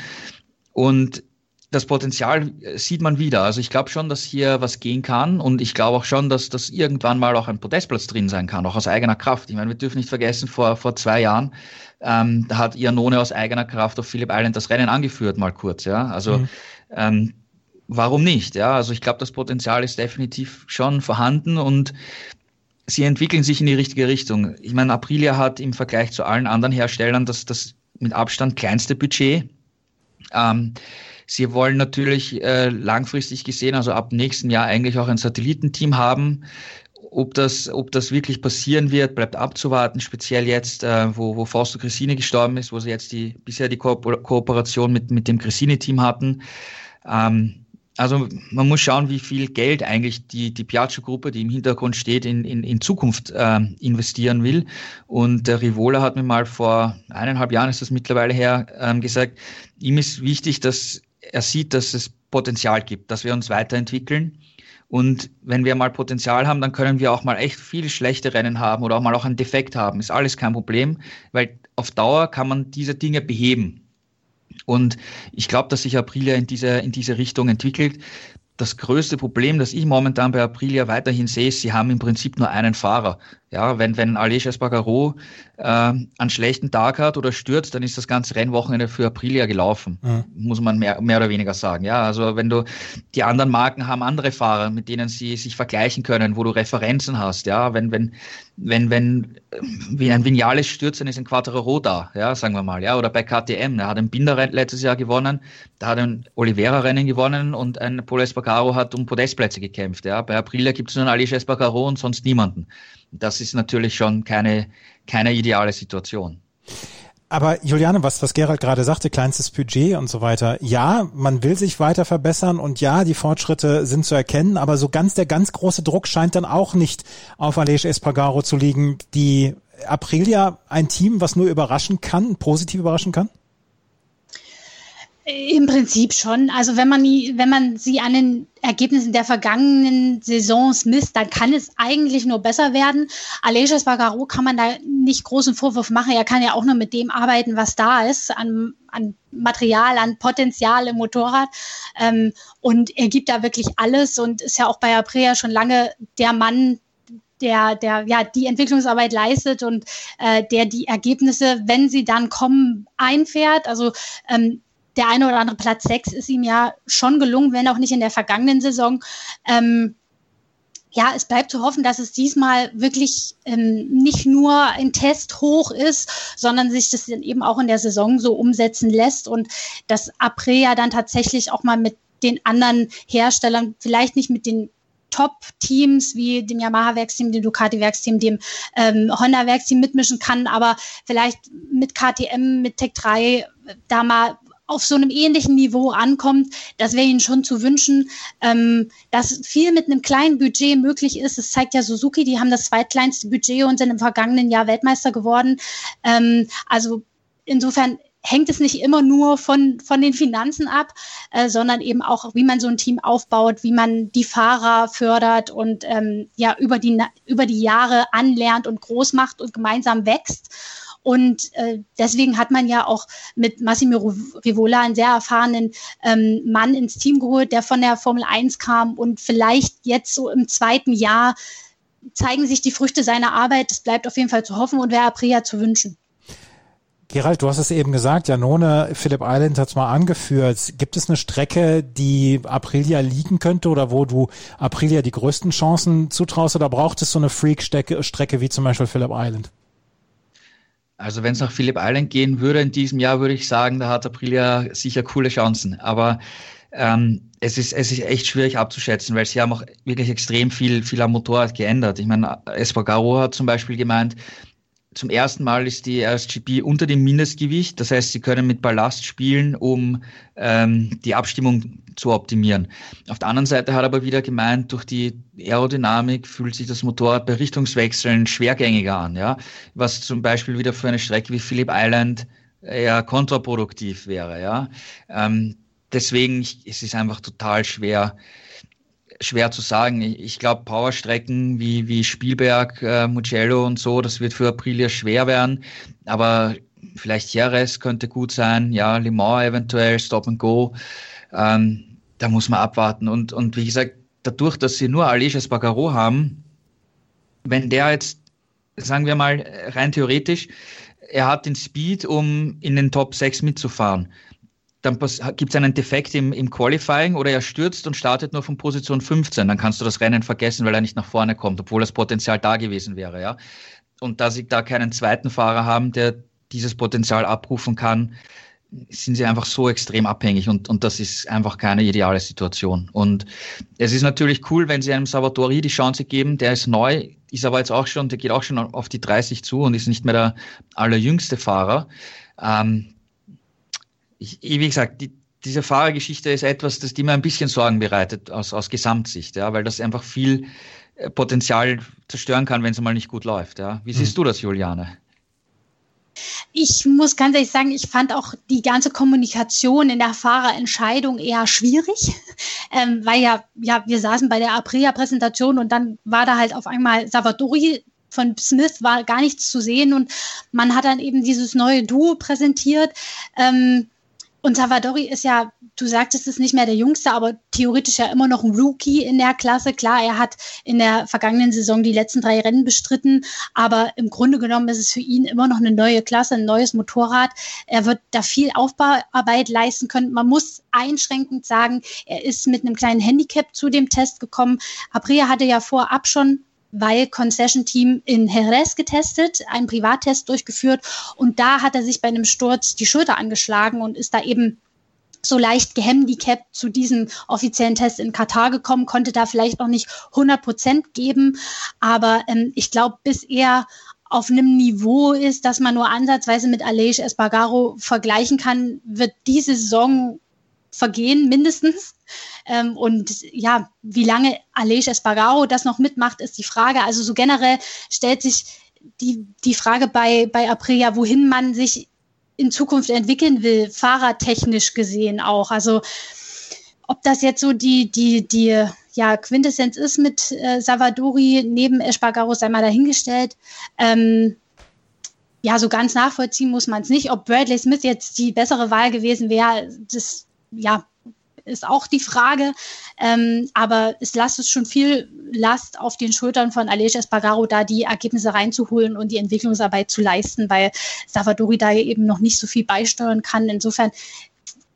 Und das Potenzial sieht man wieder. Also ich glaube schon, dass hier was gehen kann und ich glaube auch schon, dass das irgendwann mal auch ein Podestplatz drin sein kann, auch aus eigener Kraft. Ich meine, wir dürfen nicht vergessen, vor vor zwei Jahren, ähm, da hat Iannone aus eigener Kraft auf Phillip Island das Rennen angeführt, mal kurz. Ja, also mhm. ähm, warum nicht? Ja, also ich glaube, das Potenzial ist definitiv schon vorhanden und sie entwickeln sich in die richtige Richtung. Ich meine, Aprilia hat im Vergleich zu allen anderen Herstellern das, das mit Abstand kleinste Budget. Ähm, Sie wollen natürlich äh, langfristig gesehen, also ab nächsten Jahr eigentlich auch ein Satellitenteam haben. Ob das, ob das wirklich passieren wird, bleibt abzuwarten, speziell jetzt, äh, wo, wo Fausto Gresini gestorben ist, wo sie jetzt die bisher die Ko- Kooperation mit, mit dem Gresini-Team hatten. Ähm, also man muss schauen, wie viel Geld eigentlich die, die Piaggio-Gruppe, die im Hintergrund steht, in, in, in Zukunft äh, investieren will. Und der Rivola hat mir mal vor eineinhalb Jahren, ist das mittlerweile her, ähm, gesagt, ihm ist wichtig, dass er sieht, dass es Potenzial gibt, dass wir uns weiterentwickeln. Und wenn wir mal Potenzial haben, dann können wir auch mal echt viele schlechte Rennen haben oder auch mal auch einen Defekt haben. Ist alles kein Problem, weil auf Dauer kann man diese Dinge beheben. Und ich glaube, dass sich Aprilia in diese, in diese Richtung entwickelt. Das größte Problem, das ich momentan bei Aprilia weiterhin sehe, ist, sie haben im Prinzip nur einen Fahrer. Ja, wenn, wenn Aleix Espargaro äh, einen schlechten Tag hat oder stürzt, dann ist das ganze Rennwochenende für Aprilia gelaufen. Mhm. Muss man mehr, mehr oder weniger sagen. Ja, also wenn du, die anderen Marken haben andere Fahrer, mit denen sie sich vergleichen können, wo du Referenzen hast. Ja, wenn, wenn, wenn, wenn, wie ein Viñales stürzt, dann ist ein Quartararo da. Ja, sagen wir mal. Ja, oder bei K T M. Er hat ein Binder-Rennen letztes Jahr gewonnen, da hat ein Oliveira-Rennen gewonnen und ein Pol Espargaro hat um Podestplätze gekämpft. Ja, bei Aprilia gibt es nur einen Aleix Espargaro und sonst niemanden. Das ist natürlich schon keine, keine ideale Situation. Aber Juliane, was, was Gerald gerade sagte, kleinstes Budget und so weiter. Ja, man will sich weiter verbessern und ja, die Fortschritte sind zu erkennen, aber so ganz der ganz große Druck scheint dann auch nicht auf Aleix Espargaro zu liegen. Die Aprilia, ein Team, was nur überraschen kann, positiv überraschen kann? Im Prinzip schon. Also wenn man, wenn man sie an den Ergebnissen der vergangenen Saisons misst, dann kann es eigentlich nur besser werden. Aleix Espargaro kann man da nicht großen Vorwurf machen. Er kann ja auch nur mit dem arbeiten, was da ist, an, an Material, an Potenzial im Motorrad. Ähm, und er gibt da wirklich alles und ist ja auch bei Aprilia schon lange der Mann, der, der ja die Entwicklungsarbeit leistet und äh, der die Ergebnisse, wenn sie dann kommen, einfährt. Also ähm, der eine oder andere Platz sechs ist ihm ja schon gelungen, wenn auch nicht in der vergangenen Saison. Ähm, ja, es bleibt zu hoffen, dass es diesmal wirklich ähm, nicht nur ein Test hoch ist, sondern sich das dann eben auch in der Saison so umsetzen lässt und dass Aprilia dann tatsächlich auch mal mit den anderen Herstellern, vielleicht nicht mit den Top-Teams wie dem Yamaha-Werksteam, dem Ducati-Werksteam, dem ähm, Honda-Werksteam mitmischen kann, aber vielleicht mit K T M, mit Tech drei da mal auf so einem ähnlichen Niveau ankommt, das wäre ihnen schon zu wünschen, ähm, dass viel mit einem kleinen Budget möglich ist. Das zeigt ja Suzuki, die haben das zweitkleinste Budget und sind im vergangenen Jahr Weltmeister geworden. Ähm, also insofern hängt es nicht immer nur von, von den Finanzen ab, äh, sondern eben auch, wie man so ein Team aufbaut, wie man die Fahrer fördert und ähm, ja über die, über die Jahre anlernt und groß macht und gemeinsam wächst. Und äh, deswegen hat man ja auch mit Massimo Rivola einen sehr erfahrenen ähm, Mann ins Team geholt, der von der Formel eins kam und vielleicht jetzt so im zweiten Jahr zeigen sich die Früchte seiner Arbeit. Das bleibt auf jeden Fall zu hoffen und wäre Aprilia zu wünschen. Gerald, du hast es eben gesagt, Janone, Phillip Island hat es mal angeführt. Gibt es eine Strecke, die Aprilia liegen könnte oder wo du Aprilia die größten Chancen zutraust oder braucht es so eine Freak-Strecke wie zum Beispiel Phillip Island? Also wenn es nach Phillip Island gehen würde in diesem Jahr, würde ich sagen, da hat Aprilia sicher coole Chancen. Aber ähm, es ist es ist echt schwierig abzuschätzen, weil sie haben auch wirklich extrem viel, viel am Motorrad geändert. Ich meine, Espargaro hat zum Beispiel gemeint, zum ersten Mal ist die R S G P unter dem Mindestgewicht. Das heißt, sie können mit Ballast spielen, um ähm, die Abstimmung zu optimieren. Auf der anderen Seite hat er aber wieder gemeint, durch die Aerodynamik fühlt sich das Motorrad bei Richtungswechseln schwergängiger an, ja, was zum Beispiel wieder für eine Strecke wie Phillip Island eher kontraproduktiv wäre, ja. Ähm, deswegen ich, es ist einfach total schwer. Schwer zu sagen. Ich glaube, Powerstrecken wie, wie Spielberg, äh, Mugello und so, das wird für Aprilia schwer werden. Aber vielleicht Jerez könnte gut sein. Ja, Le Mans eventuell, Stop and Go. Ähm, da muss man abwarten. Und, und wie gesagt, dadurch, dass sie nur Aleix Espargaro haben, wenn der jetzt, sagen wir mal, rein theoretisch, er hat den Speed, um in den Top sechs mitzufahren. Dann gibt es einen Defekt im, im Qualifying oder er stürzt und startet nur von Position fünfzehn. Dann kannst du das Rennen vergessen, weil er nicht nach vorne kommt, obwohl das Potenzial da gewesen wäre. Ja. Und da sie da keinen zweiten Fahrer haben, der dieses Potenzial abrufen kann, sind sie einfach so extrem abhängig und, und das ist einfach keine ideale Situation. Und es ist natürlich cool, wenn sie einem Salvatore die Chance geben, der ist neu, ist aber jetzt auch schon, der geht auch schon auf die dreißig zu und ist nicht mehr der allerjüngste Fahrer. Ähm, Ich, wie gesagt, die, diese Fahrergeschichte ist etwas, das die mir ein bisschen Sorgen bereitet aus, aus Gesamtsicht, ja, weil das einfach viel Potenzial zerstören kann, wenn es mal nicht gut läuft. Ja. Wie siehst du das, Juliane? Ich muss ganz ehrlich sagen, ich fand auch die ganze Kommunikation in der Fahrerentscheidung eher schwierig, ähm, weil ja, ja, wir saßen bei der Aprilia-Präsentation und dann war da halt auf einmal Savadori. Von Smith war gar nichts zu sehen und man hat dann eben dieses neue Duo präsentiert. Ähm, Und Savadori ist ja, du sagtest es, nicht mehr der Jüngste, aber theoretisch ja immer noch ein Rookie in der Klasse. Klar, er hat in der vergangenen Saison die letzten drei Rennen bestritten, aber im Grunde genommen ist es für ihn immer noch eine neue Klasse, ein neues Motorrad. Er wird da viel Aufbauarbeit leisten können. Man muss einschränkend sagen, er ist mit einem kleinen Handicap zu dem Test gekommen. Aprilia hatte ja vorab schon, weil Concession Team in Jerez getestet, einen Privattest durchgeführt und da hat er sich bei einem Sturz die Schulter angeschlagen und ist da eben so leicht gehandicapt zu diesem offiziellen Test in Katar gekommen, konnte da vielleicht noch nicht hundert Prozent geben, aber ähm, ich glaube, bis er auf einem Niveau ist, dass man nur ansatzweise mit Aleix Espargaro vergleichen kann, wird diese Saison vergehen, mindestens. Ähm, und ja, wie lange Aleix Espargaro das noch mitmacht, ist die Frage. Also so generell stellt sich die, die Frage bei, bei Aprilia, wohin man sich in Zukunft entwickeln will, fahrertechnisch gesehen auch. Also ob das jetzt so die, die, die ja, Quintessenz ist mit äh, Savadori neben Espargaro, sei mal dahingestellt. Ähm, ja, so ganz nachvollziehen muss man es nicht. Ob Bradley Smith jetzt die bessere Wahl gewesen wäre, das ja, ist auch die Frage. Ähm, aber es lastet schon viel Last auf den Schultern von Aleix Espargaro, da die Ergebnisse reinzuholen und die Entwicklungsarbeit zu leisten, weil Savadori da eben noch nicht so viel beisteuern kann. Insofern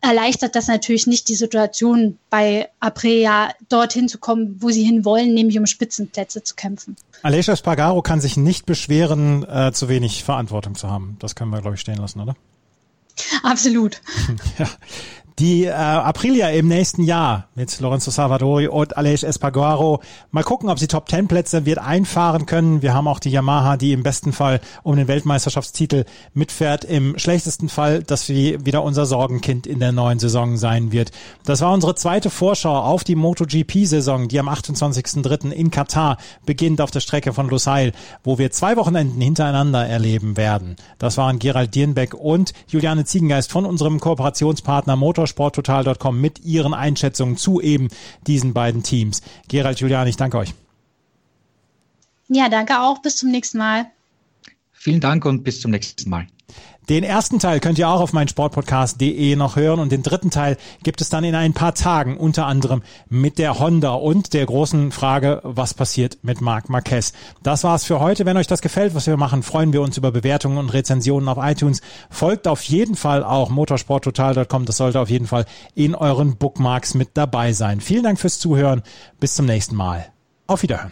erleichtert das natürlich nicht die Situation bei Aprilia, dorthin zu kommen, wo sie hinwollen, nämlich um Spitzenplätze zu kämpfen. Aleix Espargaro kann sich nicht beschweren, äh, zu wenig Verantwortung zu haben. Das können wir, glaube ich, stehen lassen, oder? Absolut. Ja. Die äh, Aprilia im nächsten Jahr mit Lorenzo Savadori und Aleix Espargaro. Mal gucken, ob sie Top Ten Plätze wird einfahren können. Wir haben auch die Yamaha, die im besten Fall um den Weltmeisterschaftstitel mitfährt. Im schlechtesten Fall, dass sie wieder unser Sorgenkind in der neuen Saison sein wird. Das war unsere zweite Vorschau auf die MotoGP-Saison, die am achtundzwanzigsten dritten in Katar beginnt auf der Strecke von Lusail, wo wir zwei Wochenenden hintereinander erleben werden. Das waren Gerald Dierenbeck und Juliane Ziegengeist von unserem Kooperationspartner Motor sport total punkt com mit ihren Einschätzungen zu eben diesen beiden Teams. Gerald, Julian, ich danke euch. Ja, danke auch. Bis zum nächsten Mal. Vielen Dank und bis zum nächsten Mal. Den ersten Teil könnt ihr auch auf meinsportpodcast punkt de noch hören und den dritten Teil gibt es dann in ein paar Tagen, unter anderem mit der Honda und der großen Frage, was passiert mit Marc Marquez. Das war's für heute. Wenn euch das gefällt, was wir machen, freuen wir uns über Bewertungen und Rezensionen auf iTunes. Folgt auf jeden Fall auch motorsport total punkt com. Das sollte auf jeden Fall in euren Bookmarks mit dabei sein. Vielen Dank fürs Zuhören. Bis zum nächsten Mal. Auf Wiederhören.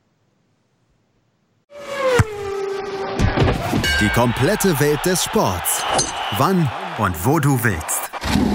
Die komplette Welt des Sports. Wann und wo du willst.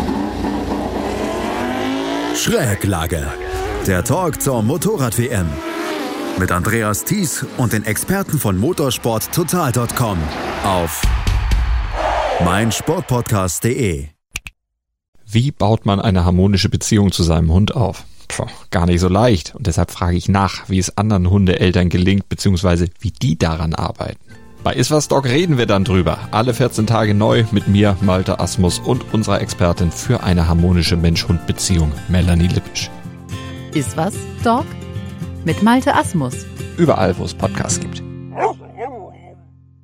Schräglage. Der Talk zur Motorrad-W M. Mit Andreas Thies und den Experten von motorsport total punkt com. Auf meinsportpodcast punkt de. Wie baut man eine harmonische Beziehung zu seinem Hund auf? Puh, gar nicht so leicht. Und deshalb frage ich nach, wie es anderen Hundeeltern gelingt, beziehungsweise wie die daran arbeiten. Bei Iswas Dog reden wir dann drüber. Alle vierzehn Tage neu mit mir, Malte Asmus und unserer Expertin für eine harmonische Mensch-Hund-Beziehung, Melanie Lippisch. Iswas Dog mit Malte Asmus. Überall, wo es Podcasts gibt.